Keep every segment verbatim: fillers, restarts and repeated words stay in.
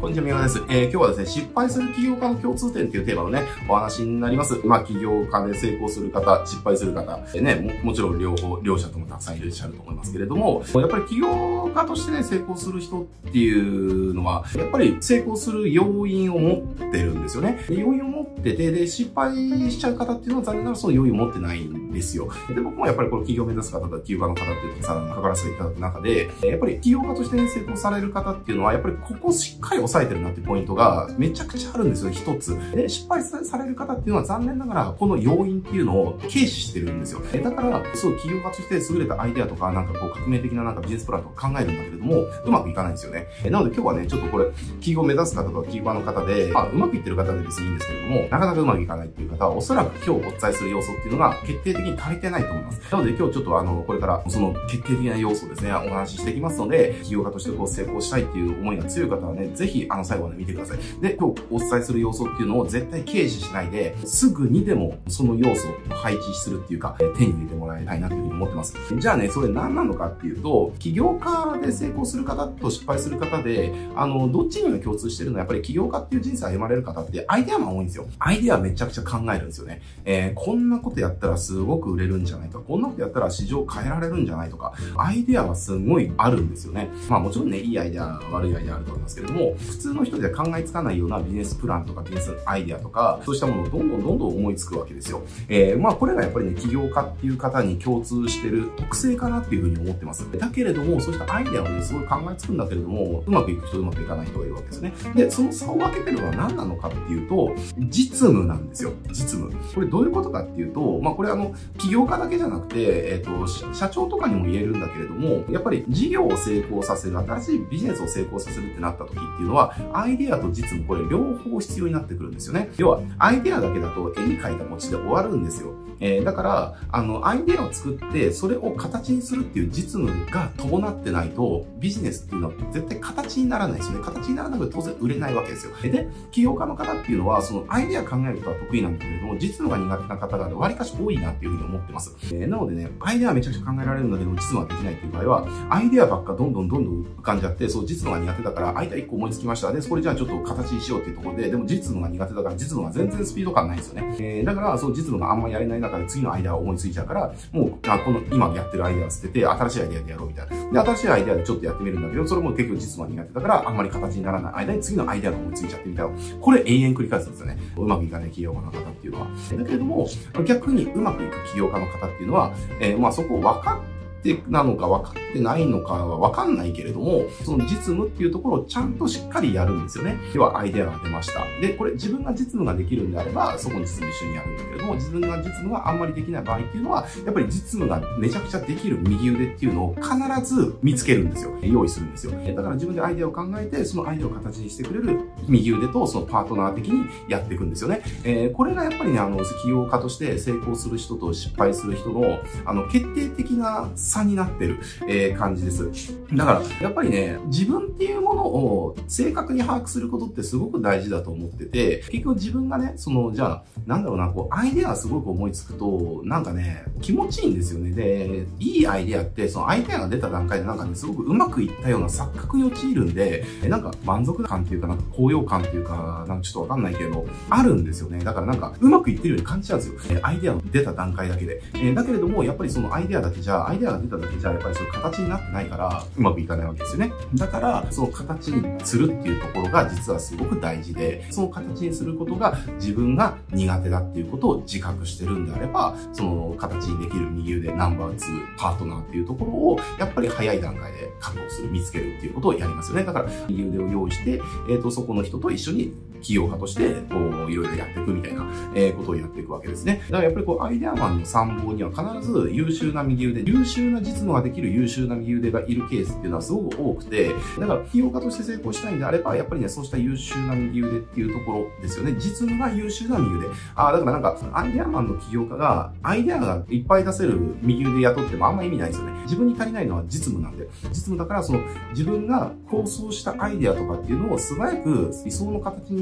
にちは、みやです。えー、今日はですね、失敗する起業家の共通点っていうテーマのね、お話になります。まあ、起業家で成功する方、失敗する方、えー、ねも、もちろん両方、両者ともたくさんいらっしゃると思いますけれども、やっぱり起業家としてね、成功する人っていうのは、やっぱり成功する要因を持ってるんですよね。要因を持ってて、で、失敗しちゃう方っていうのは残念ながらその要因を持ってないんですよ。で、僕もやっぱりこの起業を目指す方と起業家の方っていうたくさん関わらせていただく中で、やっぱり起業家として、ね、成功される方っていうのは、やっぱりここしっかり押さえてるなっていうポイントがめちゃくちゃあるんですよ、一つ。で、失敗される方っていうのは残念ながら、この要因っていうのを軽視してるんですよ。だから、そう、起業家として優れたアイデアとか、なんかこう、革命的ななんかビジネスプランとか考えるんだけれども、うまくいかないんですよね。なので今日はね、ちょっとこれ、起業を目指す方とか起業家の方で、まあ、うまくいってる方で別にいいんですけれども、なかなかうまくいかないっていう方は、おそらく今日お伝えする要素っていうのが決定的に足りてないと思います。なので今日ちょっとあの、これからその決定的な要素をですね、お話ししていきますので、起業家としてこう成功したいっていう思いが強い方はね、ぜひあの最後まで見てください。で、今日お伝えする要素っていうのを絶対軽視しないで、すぐにでもその要素を配置するっていうか、手に入れてもらいたいなというふうに思ってます。じゃあね、それ何なのかっていうと、起業家で成功する方と失敗する方で、あの、どっちにも共通してるのはやっぱり起業家っていう人生を歩まれる方ってアイデアマン多いんですよ。アイデアめちゃくちゃ考えるんですよね。えー、こんなことやったらすごく売れるんじゃないとか、こんなことやったら市場変えられるんじゃないとか、アイデアはすごいあるんですよね。まあもちろんね、いいアイデア、悪いアイデアあると思いますけれども、普通の人では考えつかないようなビジネスプランとかビジネスアイデアとか、そうしたものをどんどんどんどん思いつくわけですよ。えー、まあこれがやっぱりね、起業家っていう方に共通してる特性かなっていうふうに思ってます。だけれども、そうしたアイデアをね、すごい考えつくんだけれども、うまくいく人、うまくいかない人がいるわけですね。で、その差を分けてるのは何なのかっていうと、実務なんですよ。実務。これどういうことかっていうと、まあこれあの、起業家だけじゃなくて、えっと、社長とかにも言えるんだけれども、やっぱり事業を成功させる、新しいビジネスを成功させるってなった時っていうのは、アイデアと実務、これ両方必要になってくるんですよね。要は、アイデアだけだと絵に描いた餅で終わるんですよ。えー、だから、あの、アイデアを作って、それを形にするっていう実務が伴ってないと、ビジネスっていうのは絶対形にならないですよね。形にならなくて当然売れないわけですよ。で、起業家の方っていうのは、そのアイデア考えることは得意なんだけれども、実務が苦手な方が割かし多いなっていうふうに思ってます。えー、なのでね、アイデアはめちゃくちゃ考えられるんだけども、実務ができないっていう場合は、アイデアばっかどんどんどんどん浮かんじゃって、そう、実務が苦手だから、アイデアいっこ思いつきました。で、それじゃあちょっと形にしようっていうところで、でも実務が苦手だから、実務が全然スピード感ないんですよね。えー、だから、その実務があんまりやれない中で次のアイデアを思いついちゃうから、もう、あ、この今やってるアイデアを捨てて、新しいアイデアでやろうみたいな。で、新しいアイデアでちょっとやってみるんだけど、それも結局実務が苦手だから、あんまり形にならない間に次のアイデアが思いついちゃってみたいな。これ永遠繰り返すんですよね。うまくいかない起業家の方っていうのは。だけれども、逆にうまくいく起業家の方っていうのは、えー、まあそこを分かってなのか分かってないのかは分かんないけれども、その実務っていうところをちゃんとしっかりやるんですよね。では、アイデアが出ました。で、これ自分が実務ができるんであれば、そこに実務一緒にやるんだけれども、自分が実務があんまりできない場合っていうのは、やっぱり実務がめちゃくちゃできる右腕っていうのを必ず見つけるんですよ。用意するんですよ。だから自分でアイデアを考えて、そのアイデアを形にしてくれる右腕とそのパートナー的にやっていくんですよね。えー、これがやっぱりね、あの、起業家として成功する人と失敗する人の、あの、決定的な差になってる。えー、感じです。だから、やっぱりね、自分っていうものを正確に把握することってすごく大事だと思ってて、結局自分がね、その、じゃあ、なんだろうな、こう、アイデアすごく思いつくと、なんかね、気持ちいいんですよね。で、いいアイデアって、そのアイデアが出た段階でなんかね、すごくうまくいったような錯覚に陥るんで、なんか満足感っていうか、なんか高揚感っていうか、なんかちょっとわかんないけど、あるんですよね。だからなんか、うまくいってるように感じちゃうんですよ。アイデアの出た段階だけで。えー、だけれども、やっぱりそのアイデアだけじゃ、アイデアが出ただけじゃ、やっぱりそういう形になってないから、うまくいかないわけですよね。だから、その形にするっていうところが実はすごく大事で、その形にすることが自分が苦手だっていうことを自覚してるんであれば、その形にできる右腕ナンバーツーパートナーっていうところを、やっぱり早い段階で確保する、見つけるっていうことをやりますよね。だから、右腕を用意して、えっと、そこの人と一緒に起業家として、こう、いろいろやっていくみたいな、えー、ことをやっていくわけですね。だからやっぱりこう、アイデアマンの参謀には必ず優秀な右腕、優秀な実務ができる優秀な右腕がいるケースっていうのはすごく多くて、だから起業家として成功したいんであれば、やっぱりね、そうした優秀な右腕っていうところですよね。実務が優秀な右腕。ああ、だからなんか、アイデアマンの起業家が、アイデアがいっぱい出せる右腕雇ってもあんま意味ないですよね。自分に足りないのは実務なんで。実務だから、その、自分が構想したアイデアとかっていうのを素早く理想の形に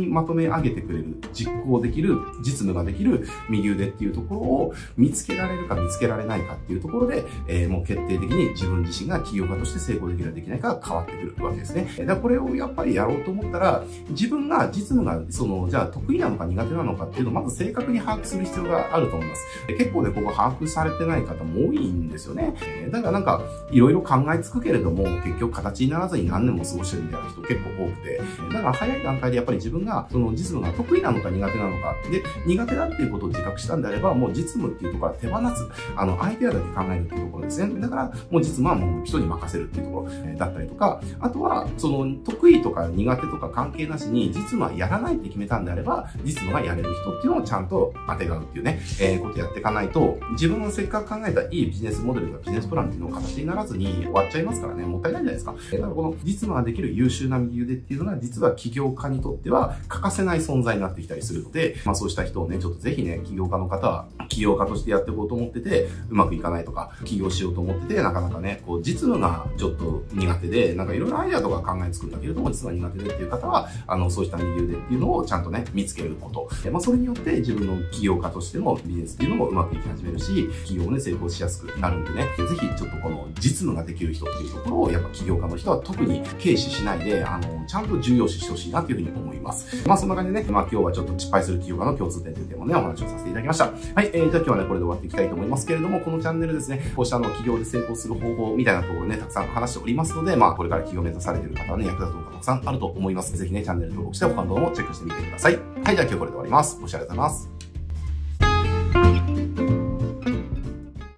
まとめ上げてくれる、実行できる、実務ができる右腕っていうところを見つけられるか見つけられないかっていうところで、えー、もう決定的に自分自身が起業家として成功できるかできないかが変わってくるわけですね。だからこれをやっぱりやろうと思ったら、自分が実務が、その、じゃあ得意なのか苦手なのかっていうのをまず正確に把握する必要があると思います。結構ね、ここ把握されてない方も多いんですよね。だからなんか、いろいろ考えつくけれども、結局形にならずに何年も過ごしてるみたいな人結構多くて、だから早い段階でやっぱり自分が、その実務が得意なのか苦手なのか、で、苦手だっていうことを自覚したんであれば、もう実務っていうところから手放す、あの、アイデアだけ考えるっていうところですね。だから、もう実務はもう人に任せるっていうところだったりとか、あとは、その、得意とか苦手とか関係なしに、実務はやらないって決めたんであれば、実務がやれる人っていうのをちゃんと当てがうっていうね、えー、ことやっていかないと、自分のせっかく考えたいいビジネスモデルとかビジネスプランっていうのを形にならずに終わっちゃいますからね、もったいないじゃないですか。だからこの実務ができる優秀な右腕っていうのが、実は起業家にとっては欠かせない存在になってきたりするので、まあそうした人をね、ちょっとぜひね、起業家の方は、起業家としてやっていこうと思ってて、うまくいかないとか、起業しようと思ってて、なかなかね、こう、実務がちょっと苦手で、なんかいろいろアイデアとか考えつくんだけれども、実は苦手でっていう方は、あの、そうした右腕っていうのをちゃんとね、見つけること。まあそれによって自分の起業家としてのビジネスっていうのもうまくいき始めるし、起業をね、成功しやすくなるんでね、ぜひちょっとこの実務ができる人っていうところを、やっぱ起業家の人は特に軽視しないで、あの、ちゃんと重要視してほしいなっていうふうに思います。まあそんな感じでね、まあ今日はちょっと失敗する起業家の共通点というテーマをね、お話をさせていただきました。はい、えー、じゃあ今日はね、これで終わっていきたいと思いますけれども、このチャンネルですね、こうしたあの、起業で成功する方法みたいなところをね、たくさん話しておりますので、まあこれから起業を目指されている方はね、役立つ動画たくさんあると思います。ぜひね、チャンネル登録して他の動画もチェックしてみてください。はい、じゃあ今日これで終わります。ご視聴ありがとうございます。